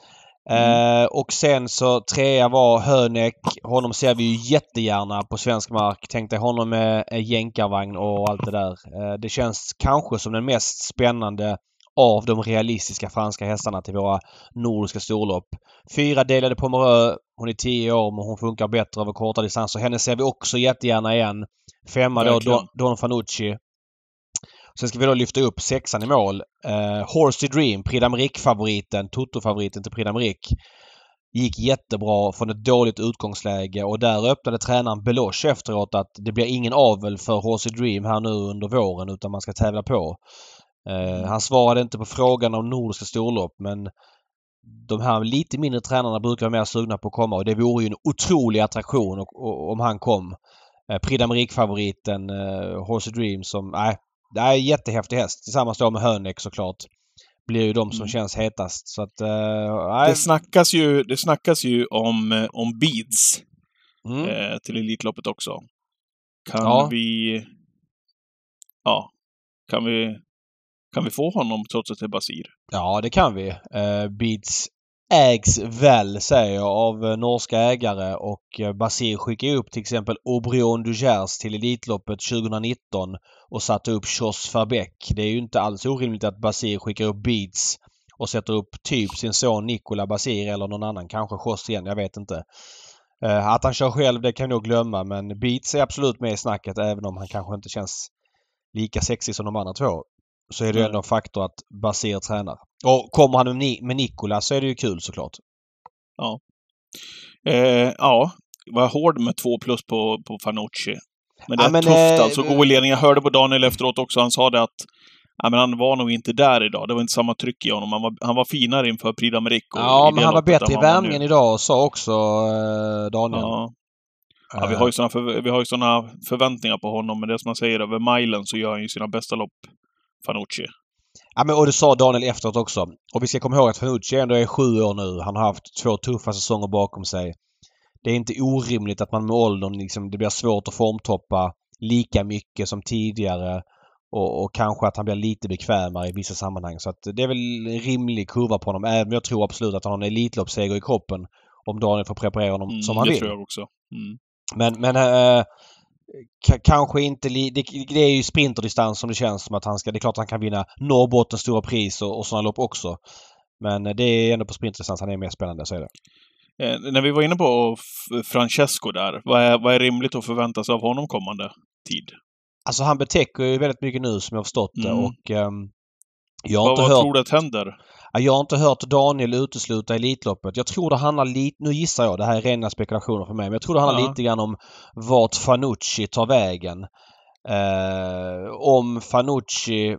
Och sen så 3:a var Hönek. Honom ser vi ju jättegärna på svensk mark. Tänk dig honom med jänkarvagn och allt det där. Det känns kanske som den mest spännande av de realistiska franska hästarna till våra nordiska storlopp. 4 delade Pomereux. Hon är 10 år men hon funkar bättre över korta distanser. Henne ser vi också jättegärna igen. 5:a då Don Fanucci. Sen ska vi då lyfta upp 6:an i mål. Horsey Dream, Prix d'Amérique-favoriten, Toto-favoriten till Prix d'Amérique. Gick jättebra från ett dåligt utgångsläge och där öppnade tränaren Beloche efteråt att det blir ingen avel för Horsey Dream här nu under våren utan man ska tävla på. Han svarade inte på frågan om nordiska storlopp, men de här lite mindre tränarna brukar vara mer sugna på att komma och det vore ju en otrolig attraktion om han kom. Prix d'Amérique-favoriten Horsey Dream som... Det är en jättehäftig häst. Tillsammans då med Hönek såklart. Blir ju de som känns hetast. Så att, det snackas ju om Beads till Elitloppet också. Kan vi få honom trots att det är Basir? Ja, det kan vi. Beads ägs väl, säger jag, av norska ägare och Basir skickade upp till exempel Aubryon du Gers till Elitloppet 2019 och satte upp Jos Verbeek. Det är ju inte alls orimligt att Basir skickar upp Beads och sätter upp typ sin son Nicolas Basir eller någon annan, kanske Jos igen, jag vet inte. Att han kör själv, det kan vi nog glömma, men Beads är absolut med i snacket även om han kanske inte känns lika sexig som de andra två. Så är det ändå en faktor att Basir tränar. Och kommer han med Nicolas så är det ju kul såklart. Ja. Var hård med 2+ på Fanucci. Men det är tufft alltså. Gå i ledning. Jag hörde på Daniel efteråt också. Han sa det att han var nog inte där idag. Det var inte samma tryck i honom. Han var finare inför Prix d'Amérique. Ja, men han var bättre i värmningen idag, sa också Daniel. Ja, vi har ju såna förväntningar på honom. Men det som man säger, över milen så gör han ju sina bästa lopp, Fanucci. Ja, men och det sa Daniel efteråt också. Och vi ska komma ihåg att Fanucci ändå är 7 år nu. Han har haft 2 tuffa säsonger bakom sig. Det är inte orimligt att man med åldern det blir svårt att formtoppa lika mycket som tidigare. Och kanske att han blir lite bekvämare i vissa sammanhang. Så att det är väl en rimlig kurva på honom. Även om jag tror absolut att han har en elitloppsseger i kroppen. Om Daniel får preparera honom som han vill. Det tror jag också. Men kanske inte... Det är ju sprinterdistans som det känns som att han ska... Det är klart att han kan vinna Norrbottens stora pris och sådana lopp också. Men det är ändå på sprinterdistans han är mer spännande, så är det. När vi var inne på Francesco där, vad är rimligt att förvänta sig av honom kommande tid? Alltså han betäcker ju väldigt mycket nu som jag har förstått det och vad tror du att händer? Jag har inte hört Daniel utesluta Elitloppet. Jag tror det handlar lite, nu gissar jag, det här är rena spekulationer för mig, men jag tror det handlar lite grann om vart Fanucci tar vägen. Om Fanucci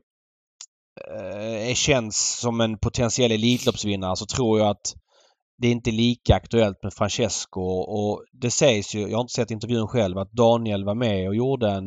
känns som en potentiell Elitloppsvinnare så tror jag att det är inte lika aktuellt med Francesco och det sägs ju, jag har inte sett intervjun själv, att Daniel var med och gjorde en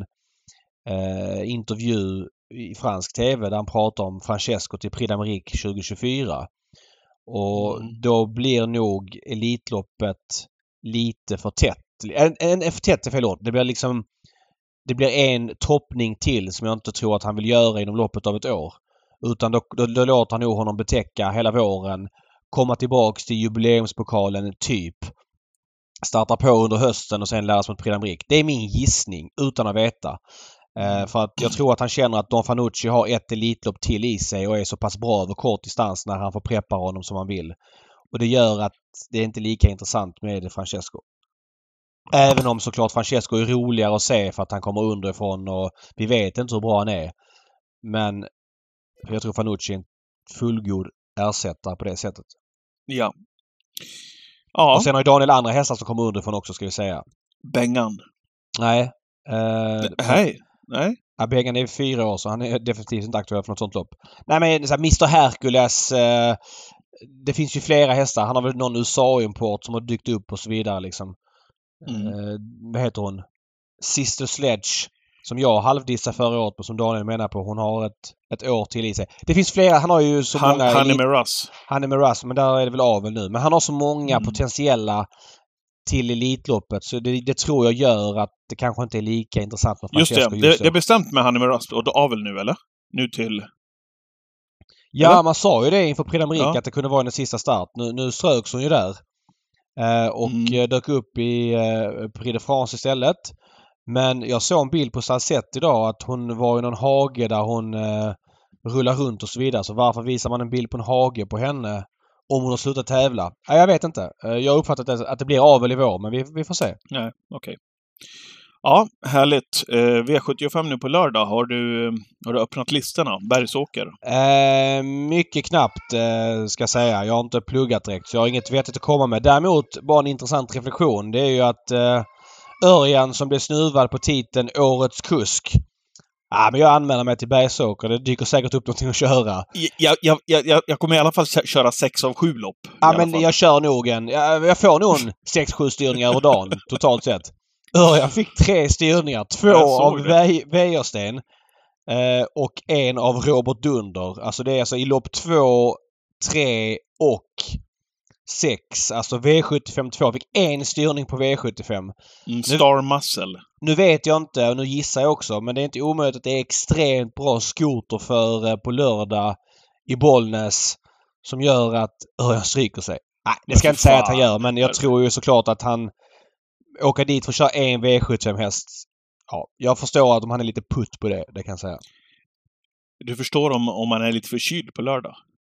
intervju i fransk TV där han pratar om Francesco till Prix d'Amérique 2024. Och då blir nog Elitloppet lite för tätt. En för tätt är fel ord. Det blir en toppning till som jag inte tror att han vill göra inom loppet av ett år. Utan då låter han nog honom betäcka hela våren. Komma tillbaks till jubileumspokalen typ. Starta på under hösten och sen lära sig mot Prix d'Amérique. Det är min gissning utan att veta. För att jag tror att han känner att Don Fanucci har ett elitlopp till i sig och är så pass bra över kort distans när han får preppa honom som han vill. Och det gör att det är inte lika intressant med Francesco. Även om såklart Francesco är roligare att se för att han kommer underifrån och vi vet inte hur bra han är. Men jag tror Fanucci är en fullgod ersättare på det sättet. Ja. Och sen har ju Daniel andra hästar som kommer underifrån också ska vi säga. Bengan. Nej. Nej. Ja, Bengan är 4 år så han är definitivt inte aktuell för något sånt lopp. Nej men så här, Mr. Hercules. Det finns ju flera hästar. Han har väl någon USA-import som har dykt upp och så vidare liksom. Vad heter hon? Sister Sledge. Som jag halvdissade förra året och som Daniel menar på. Hon har ett år till i sig. Det finns flera. Han har ju så många... Han är med Russ. Men där är det väl avel nu. Men han har så många potentiella till Elitloppet. Så det tror jag gör att det kanske inte är lika intressant med Francesco. Just det är bestämt med han är med Russ och avel nu eller? Nu till... Ja, eller? Man sa ju det inför Prix d'Amérique att det kunde vara en sista start. Nu ströks hon ju där. Och dök upp i Prix de France istället. Men jag såg en bild på Salsette idag att hon var i någon hage där hon rullar runt och så vidare. Så varför visar man en bild på en hage på henne om hon har slutat tävla? Ja, jag vet inte. Jag har uppfattat att det blir avel i vår, men vi får se. Nej, okej. Ja, härligt. V75 nu på lördag. Har du öppnat listorna? Bergsåker? Mycket knappt ska jag säga. Jag har inte pluggat direkt så jag har inget vettigt att komma med. Däremot bara en intressant reflektion. Det är ju att Örjan som blev snuvad på titeln Årets kusk. Ja, men jag anmäler mig till Bergsåker. Det dyker säkert upp någonting att köra. Jag kommer i alla fall köra 6 av 7 lopp. Ja, men jag kör nog jag får nog 6-7 styrningar över dagen totalt sett. Örjan fick 3 styrningar. 2 av Wäjersten och 1 av Robert Dunder. Alltså det är alltså i lopp 2, 3 och 6. Alltså V75 2. Fick 1 styrning på V75. Star Muscle. Nu vet jag inte och nu gissar jag också. Men det är inte omöjligt att det är extremt bra skoter för på lördag i Bollnäs. Som gör att Örjan stryker sig. Nej, det ska jag inte säga att han gör. Men jag tror ju såklart att han åker dit för att köra en V75-häst. Ja, jag förstår att om han är lite putt på det kan jag säga. Du förstår om man är lite förkyld på lördag?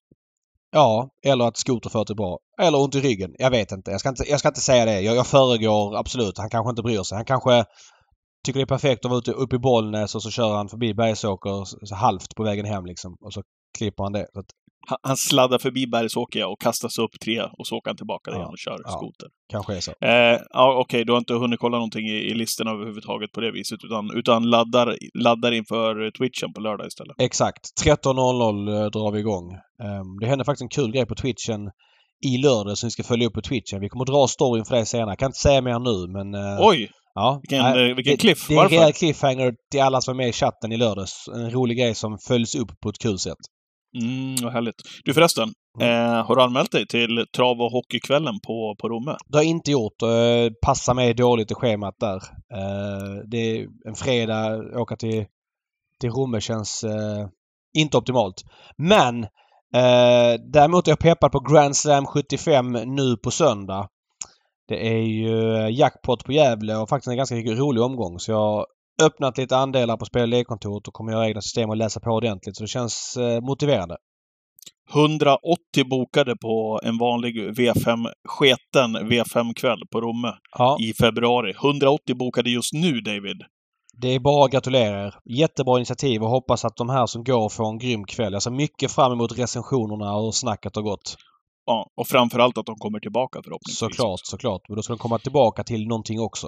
Ja, eller att skoterföret är bra. Eller ont i ryggen. Jag vet inte. Jag ska inte säga det. Jag föregår absolut. Han kanske inte bryr sig. Han kanske tycker det är perfekt att vara uppe i Bollnäs och så kör han förbi Bergsåker så halvt på vägen hem liksom. Och så klipper han det. Så att... Han sladdar förbi Bergsåker och kastar sig upp 3 och så åker han tillbaka igen och kör skoter. Kanske är så. Okej, du har inte hunnit kolla någonting i listorna överhuvudtaget på det viset utan laddar inför Twitchen på lördag istället. Exakt. 13.00 drar vi igång. Det händer faktiskt en kul grej på Twitchen i lördag som vi ska följa upp på Twitchen. Vi kommer dra storyn för det senare. Jag kan inte säga mer nu men... Oj! Ja, vilken cliff. Det är en rejäl cliffhanger till alla som är med i chatten i lördags. En rolig grej som följs upp på ett kul sätt. Vad härligt. Du förresten, har du anmält dig till trav- och hockeykvällen på Romme? Det har jag inte gjort. Passar mig dåligt i schemat där. Det är en fredag. Åka till Romme känns inte optimalt. Men däremot är jag peppad på Grand Slam 75 nu på söndag. Det är ju jackpot på Gävle och faktiskt en ganska rolig omgång. Så jag har öppnat lite andelar på spel- och lekkontoret och kommer göra egna system och läsa på ordentligt. Så det känns motiverande. 180 bokade på en vanlig sketen V5-kväll på Romme i februari. 180 bokade just nu, David. Det är bara att gratulera er. Jättebra initiativ och hoppas att de här som går får en grym kväll. Jag ser mycket fram emot recensionerna och snacket har gått. Ja, och framförallt att de kommer tillbaka förhoppningsvis. Såklart. Men då ska de komma tillbaka till någonting också.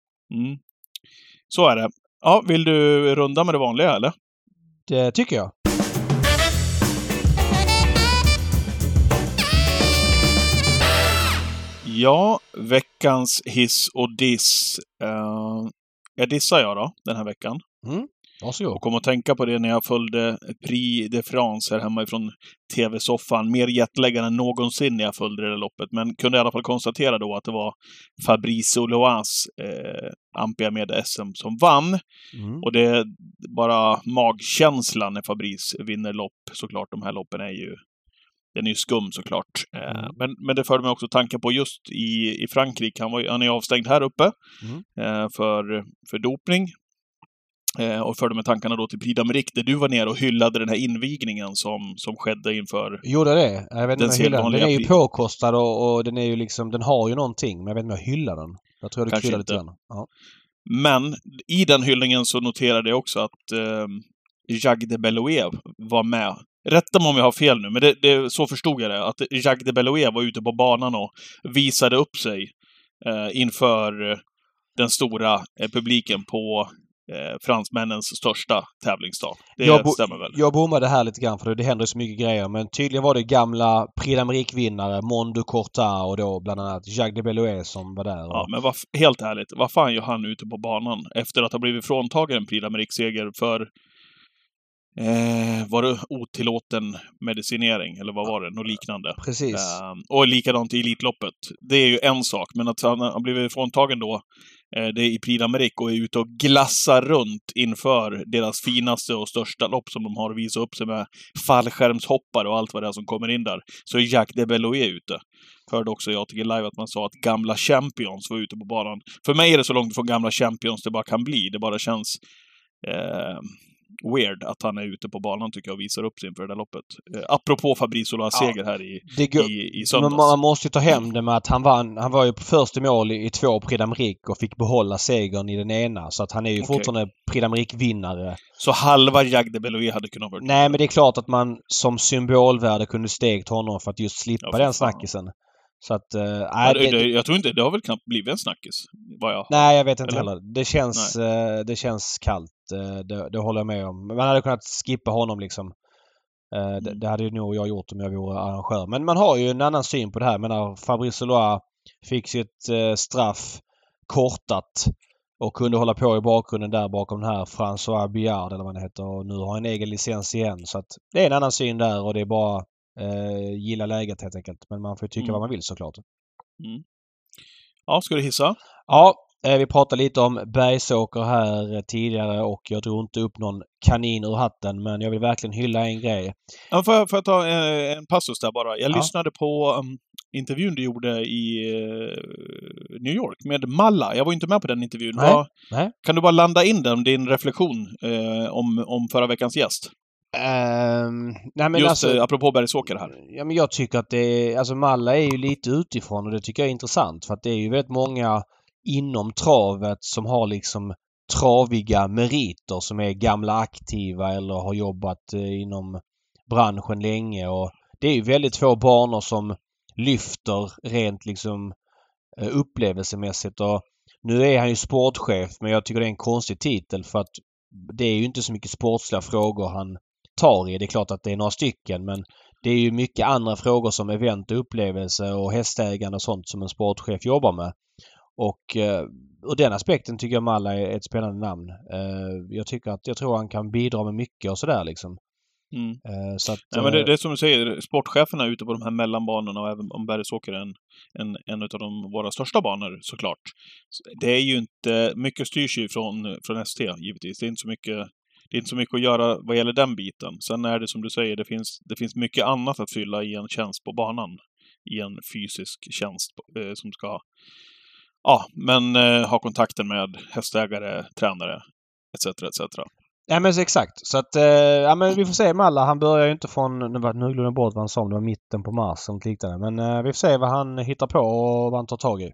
Så är det. Ja, vill du runda med det vanliga, eller? Det tycker jag. Ja, veckans hiss och diss. Jag dissar jag då, den här veckan. Varsågod. Och kom att tänka på det när jag följde Prix de France här hemma ifrån TV-soffan. Mer jetläggande än någonsin när jag följde det där loppet. Men kunde i alla fall konstatera då att det var Fabrice Loas Ampia med SM som vann. Och det är bara magkänslan när Fabrice vinner lopp. Såklart, de här loppen den är ju skum såklart. Men det förde mig också tanken på just i Frankrike. Han är avstängd här uppe för dopning. Och förde med tankarna då till Prix d'Amérique där du var ner och hyllade den här invigningen som skedde inför... Gjorde det? Jag vet inte den är ju påkostad och den är ju liksom, den har ju någonting, men jag vet inte om jag hyllar den. Jag tror du kryddar lite grann. Ja. Men i den hyllningen så noterade jag också att Jacques de Belloé var med. Rätta mig om jag har fel nu, men så förstod jag det. Att Jacques de Belloé var ute på banan och visade upp sig inför den stora publiken på fransmännens största tävlingsdag. Det stämmer väl? Jag bommade här lite grann för det händer så mycket grejer. Men tydligen var det gamla Prix d'Amérique-vinnare Mont du Courtat och då bland annat Jacques de Belloé som var där. Ja, men helt ärligt, vad fan gör han ute på banan efter att ha blivit fråntagen en Prix d'Amérique-seger för var det otillåten medicinering eller vad var det? Något liknande. Precis. Och likadant i Elitloppet. Det är ju en sak, men att han har blivit fråntagen då det är i Prix d'Amérique och är ute och glassar runt inför deras finaste och största lopp som de har att visa upp sig med fallskärmshoppare och allt vad det är som kommer in där. Så är Jacques de Belloé ute. Hörde också jag tycker live att man sa att gamla champions var ute på banan. För mig är det så långt från gamla champions det bara kan bli. Det bara känns weird att han är ute på banan tycker jag och visar upp sig inför det där loppet. Apropå Fabrice Olas seger här i söndags. Man måste ju ta hem det med att han var ju på första mål i 2 Prix d'Amérique och fick behålla segern i den ena. Så att han är ju fortfarande Prix d'Amérique-vinnare. Så halva Jacques de Belloé hade kunnat vara... Nej, men det är klart att man som symbolvärde kunde stegt honom för att just slippa den snackisen. Så att... jag tror inte, det har väl knappt blivit en snackis. Nej, jag vet inte heller. Det känns kallt. Det håller jag med om. Man hade kunnat skippa honom liksom. Det hade ju nog jag gjort om jag vore arrangör. Men man har ju en annan syn på det här. Men Fabrice Loa fick sitt straff kortat och kunde hålla på i bakgrunden där bakom den här François Billard eller vad han heter. Och nu har han en egen licens igen. Så att det är en annan syn där och det är bara gilla läget helt enkelt. Men man får tycka vad man vill såklart. Ja, ska du hissa? Ja, vi pratade lite om Bergsåker här tidigare och jag drog inte upp någon kanin ur hatten men jag vill verkligen hylla en grej. Ja, får jag ta en passus där bara? Jag lyssnade på intervjun du gjorde i New York med Malla. Jag var inte med på den intervjun. Nej. Kan du bara landa in din reflektion om förra veckans gäst? Nej, men just apropå Bergsåker här. Ja, men jag tycker att Malla är ju lite utifrån och det tycker jag är intressant för att det är ju väldigt många inom travet som har liksom traviga meriter som är gamla aktiva eller har jobbat inom branschen länge och det är ju väldigt få banor som lyfter rent liksom upplevelsemässigt och nu är han ju sportchef men jag tycker det är en konstig titel för att det är ju inte så mycket sportsliga frågor han tar i. Det är klart att det är några stycken men det är ju mycket andra frågor som event och upplevelse och hästägande och sånt som en sportchef jobbar med. Och ur den aspekten tycker jag Malla är ett spännande namn. Jag tror han kan bidra med mycket och sådär liksom. Så att, men det är som du säger, sportcheferna ute på de här mellanbanorna och även om Bergsåker är en av våra största banor såklart. Det är ju inte, mycket styrs ju från ST givetvis. Det är inte så mycket att göra vad gäller den biten. Sen är det som du säger, det finns mycket annat att fylla i en tjänst på banan. I en fysisk tjänst som ska ha kontakten med hästägare, tränare, etc. Ja men exakt. Så att men vi får se Malla. Han börjar ju inte från, nu glömde jag bort vad han sa, det var mitten på mars som liknande. Men vi får se vad han hittar på och vad han tar tag i.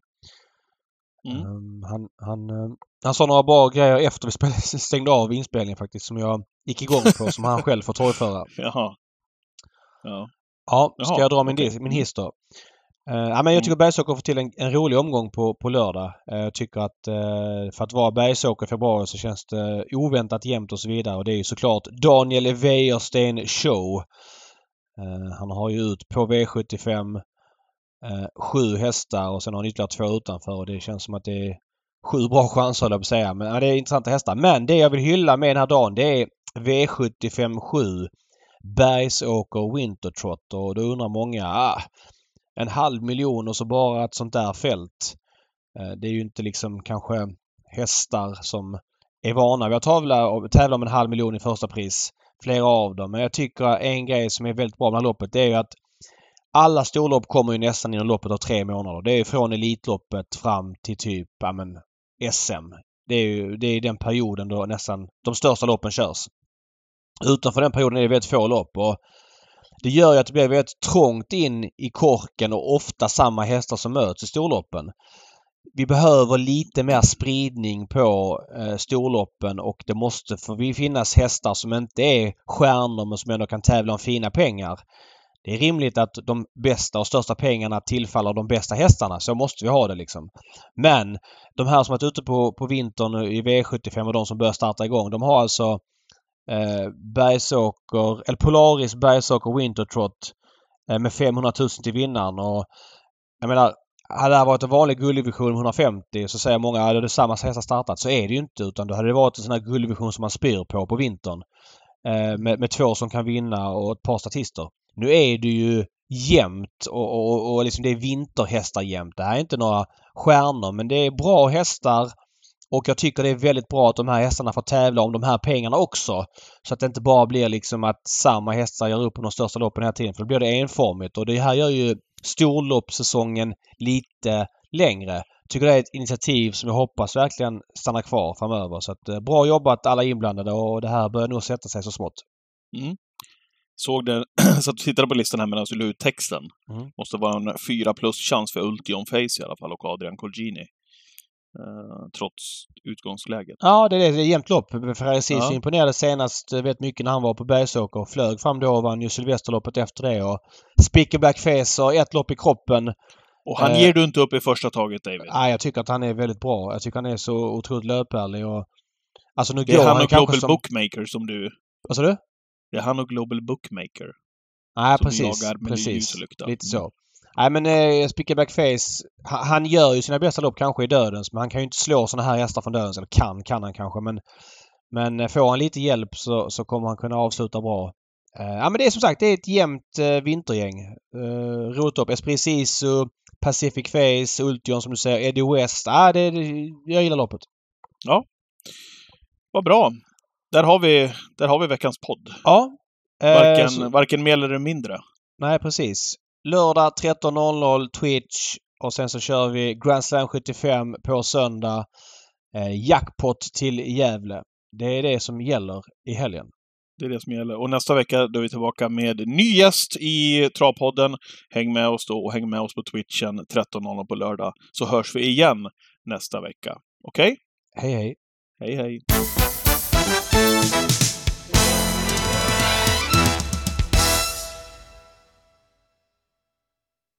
Han sa några bra grejer efter vi stängde av inspelningen faktiskt som jag gick igång på som han själv får torgföra. Jaha. Ja, ska jag dra min hiss då? Men jag tycker Bergsåker får till en rolig omgång på lördag. Jag tycker att för att vara Bergsåker i februari så känns det oväntat jämnt och så vidare. Och det är ju såklart Daniel Wäjersten show. Han har ju ut på V75 7 hästar och sen har han ytterligare 2 utanför. Och det känns som att det 7 bra chanser, höll jag på att säga. Men ja, det är intressanta hästar. Men det jag vill hylla med den här dagen, det är V75-7 Bergsåker Wintertrot. Och då undrar många, 500 000 och så bara ett sånt där fält. Det är ju inte liksom kanske hästar som är vana. Vi har tävlat om 500 000 i första pris. Flera av dem. Men jag tycker en grej som är väldigt bra med det här loppet, det är ju att alla storlopp kommer ju nästan inom loppet av 3 månader. Det är från Elitloppet fram till typ SM. Det är den perioden då nästan de största loppen körs. Utanför den perioden är det väldigt få lopp. Och det gör ju att det blir väldigt trångt in i korken och ofta samma hästar som möts i storloppen. Vi behöver lite mer spridning på storloppen och det måste finnas hästar som inte är stjärnor men som ändå kan tävla om fina pengar. Det är rimligt att de bästa och största pengarna tillfaller de bästa hästarna. Så måste vi ha det liksom. Men de här som varit ute på vintern i V75 och de som börjar starta igång, de har alltså Polaris Bergsåker Wintertrot med 500 000 till vinnaren. Och jag menar, hade det här varit en vanlig gulddivision 150 så säger många att det är samma hästar startat. Så är det ju inte, utan då hade det varit en sån här gulddivision som man spyr på vintern. Med 2 som kan vinna och ett par statister. Nu är det ju jämnt och liksom det är vinterhästar jämnt. Det här är inte några stjärnor men det är bra hästar och jag tycker det är väldigt bra att de här hästarna får tävla om de här pengarna också. Så att det inte bara blir liksom att samma hästar gör upp på de största loppen hela tiden. För då blir det enformigt och det här gör ju storloppssäsongen lite längre. Tycker det är ett initiativ som jag hoppas verkligen stannar kvar framöver. Så att bra jobbat alla inblandade och det här börjar nog sätta sig så smått. Mm. Såg det, så att du tittade på listan här medan du la ut texten. Måste vara en 4+ chans för Ultion Face i alla fall och Adrian Colgjini. Trots utgångsläget. Ja, det är jämnt lopp. Ferrari Sisu imponerade senast vet mycket när han var på Bergsåker och flög fram då och vann ju Sylvesterloppet efter det. Och Spicker Black Face och ett lopp i kroppen. Och han ger du inte upp i första taget, David? Nej, jag tycker att han är väldigt bra. Jag tycker han är så otroligt löpärlig och... Alltså nu det är han och Global Bookmaker som du... Vad sa du? Det är han och Global Bookmaker. Nej, precis. Lite så. Nej, men Spicker Black Face, han gör ju sina bästa lopp kanske i dödens, men han kan ju inte slå såna här hästar från dödens. Eller kan han kanske, men får han lite hjälp så kommer han kunna avsluta bra. Ja, men det är som sagt, det är ett jämnt vintergäng. Roligt upp. Esprit Sisu, Pacific Face, Ultion som du säger, Eddie West. Jag gillar loppet. Ja, vad bra. Där har vi veckans podd. Ja. Varken mer eller mindre. Nej, precis. Lördag 13.00 Twitch och sen så kör vi Grand Slam 75 på söndag. Jackpot till Gävle. Det är det som gäller i helgen. Det är det som gäller. Och nästa vecka då är vi tillbaka med ny gäst i Travpodden. Häng med oss då och häng med oss på Twitchen 13.00 på lördag. Så hörs vi igen nästa vecka. Okej? Hej hej. Hej hej.